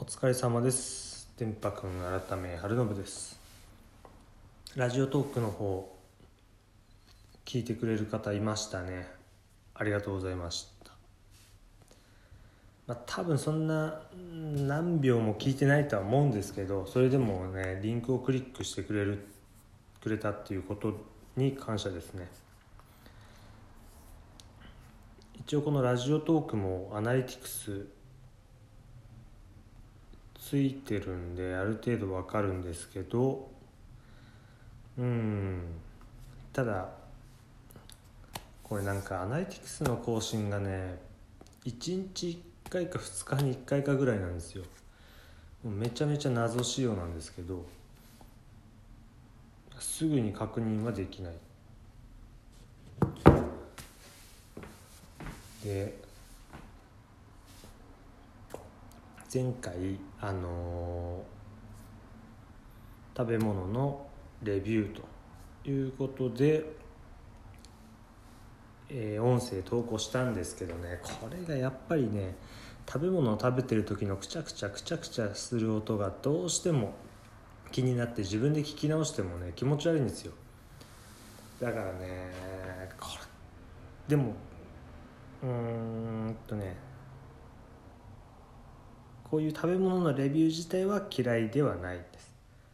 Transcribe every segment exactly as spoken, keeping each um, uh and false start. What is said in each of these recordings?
疲れ様です。電波くん改め春信です。ラジオトークの方聞いてくれる方いましたね。ありがとうございました。まあ、多分そんな何秒も聞いてないとは思うんですけど、それでもねリンクをクリックしてくれるくれたっていうことに感謝ですね。一応このラジオトークもアナリティクスついてるんである程度わかるんですけど、うんただこれなんかアナリティクスの更新がねいちにちいっかいかふつかにいっかいかぐらいなんですよ。もうめちゃめちゃ謎仕様なんですけど、すぐに確認はできない。で前回あのー、食べ物のレビューということで、えー、音声投稿したんですけどね、これがやっぱりね食べ物を食べてる時のくちゃくちゃくちゃくちゃする音がどうしても気になって、自分で聞き直してもね気持ち悪いんですよ。だからねこれでもうーんとねこういう食べ物のレビュー自体は嫌いではないです。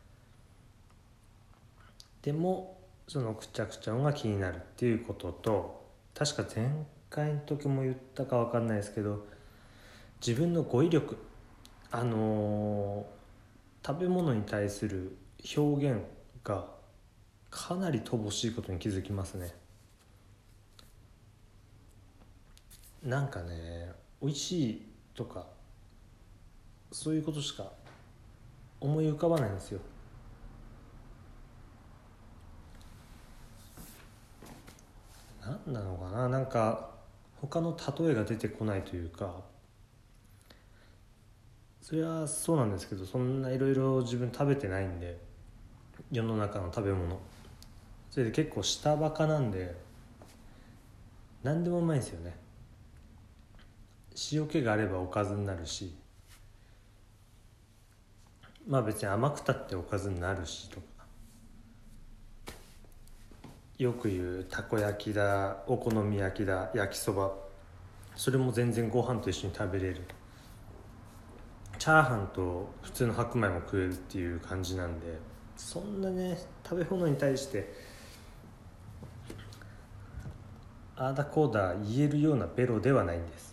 でもそのくちゃくちゃ音が気になるっていうことと、確か前回の時も言ったか分かんないですけど、自分の語彙力あのー、食べ物に対する表現がかなり乏しいことに気づきますね。なんかね美味しいとかそういうことしか思い浮かばないんですよ。何なのかな、なんか他の例えが出てこないというか、それはそうなんですけど、そんないろいろ自分食べてないんで、世の中の食べ物それで結構下バカなんで何でもうまいんですよね。塩気があればおかずになるし、まあ別に甘くたっておかずになるしとか、よく言うたこ焼きだお好み焼きだ焼きそば、それも全然ご飯と一緒に食べれる。チャーハンと普通の白米も食えるっていう感じなんで、そんなね食べ物に対してあーだこーだ言えるようなベロではないんです。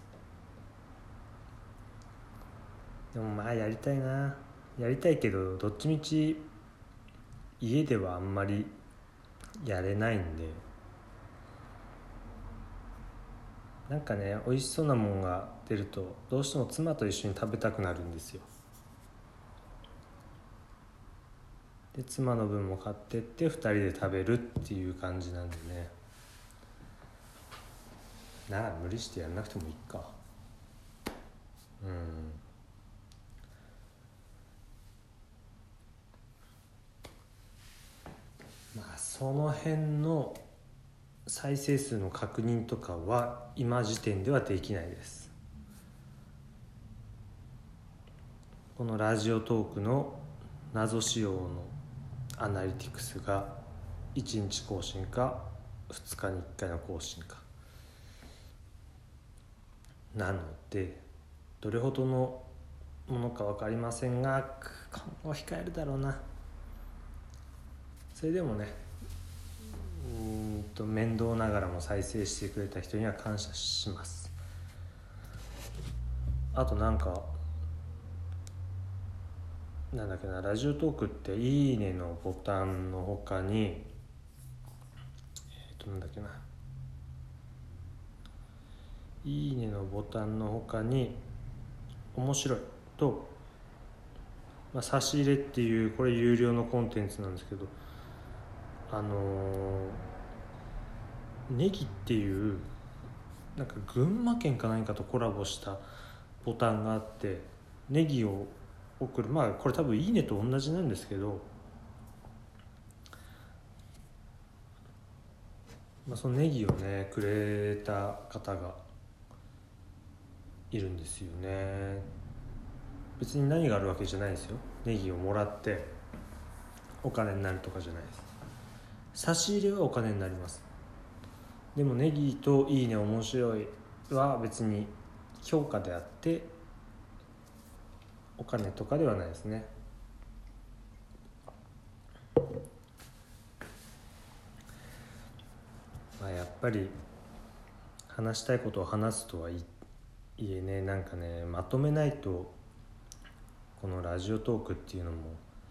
でもまあやりたいなやりたいけど、どっちみち家ではあんまりやれないんで、なんかね美味しそうなもんが出るとどうしても妻と一緒に食べたくなるんですよ。で妻の分も買ってってふたりで食べるっていう感じなんでね、なら無理してやんなくてもいいか。うんまあその辺の再生数の確認とかは今時点ではできないです。このラジオトークの謎仕様のアナリティクスがいちにち更新かふつかにいっかいの更新かなので、どれほどのものか分かりませんが今後は控えるだろうな。それでもねうーんと面倒ながらも再生してくれた人には感謝します。あとなんかなんだっけな、ラジオトークっていいねのボタンの他にえっ、ー、となんだっけないいねのボタンの他に面白いと、まあ、差し入れっていうこれ有料のコンテンツなんですけど、あのー、ネギっていうなんか群馬県か何かとコラボしたボタンがあって、ネギを送る、まあこれ多分いいねと同じなんですけど、まあ、そのネギをねくれた方がいるんですよね。 別に何があるわけじゃないですよ。ネギをもらってお金になるとかじゃないです。差し入れはお金になります。でもネギといいね面白いは別に評価であってお金とかではないですね。まあ、やっぱり話したいことを話すとはいえね、なんかねまとめないとこのラジオトークっていうのも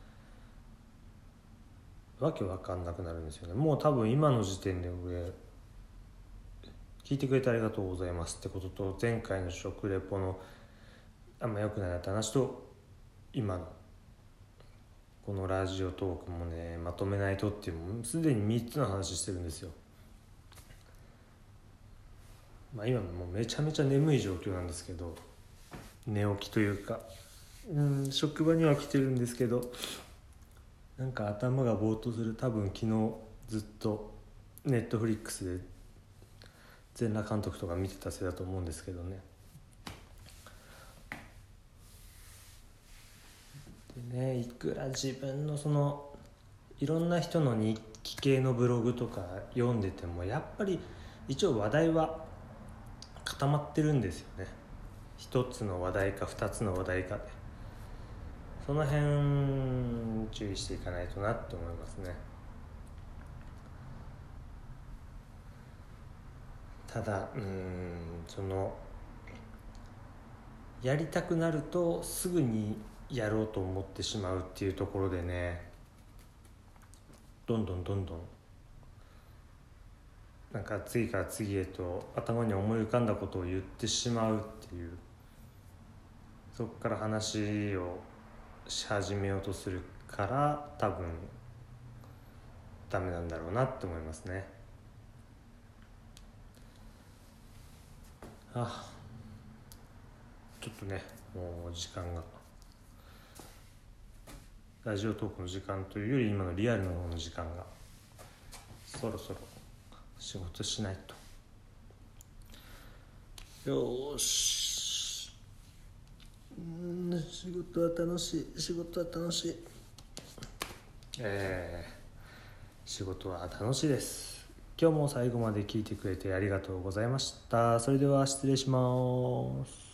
わけわかんなくなるんですよね。もう多分今の時点で上聞いてくれてありがとうございますってことと、前回の食レポのあんま良くないなって話と今のこのラジオトークもねまとめないとっていうもうすでにみっつの話してるんですよ。まあ今もうめちゃめちゃ眠い状況なんですけど、寝起きというかうん職場には来てるんですけど、なんか頭がぼーっとする。多分昨日ずっとネットフリックスで全裸監督とか見てたせいだと思うんですけどね。でね、いくら自分のそのいろんな人の日記系のブログとか読んでてもやっぱり一応話題は固まってるんですよね。一つの話題か二つの話題かで、その辺注意していかないとなって思いますね。ただうーんそのやりたくなるとすぐにやろうと思ってしまうっていうところでね、どんどんどんどんなんか次から次へと頭に思い浮かんだことを言ってしまうっていう、そこから話をし始めようとするから多分ダメなんだろうなって思いますね。あちょっとねもう時間がラジオトークの時間というより今のリアルの方の時間がそろそろ仕事しないと。よーし、うん仕事は楽しい仕事は楽しいえー、仕事は楽しいです。今日も最後まで聞いてくれてありがとうございました。それでは失礼します。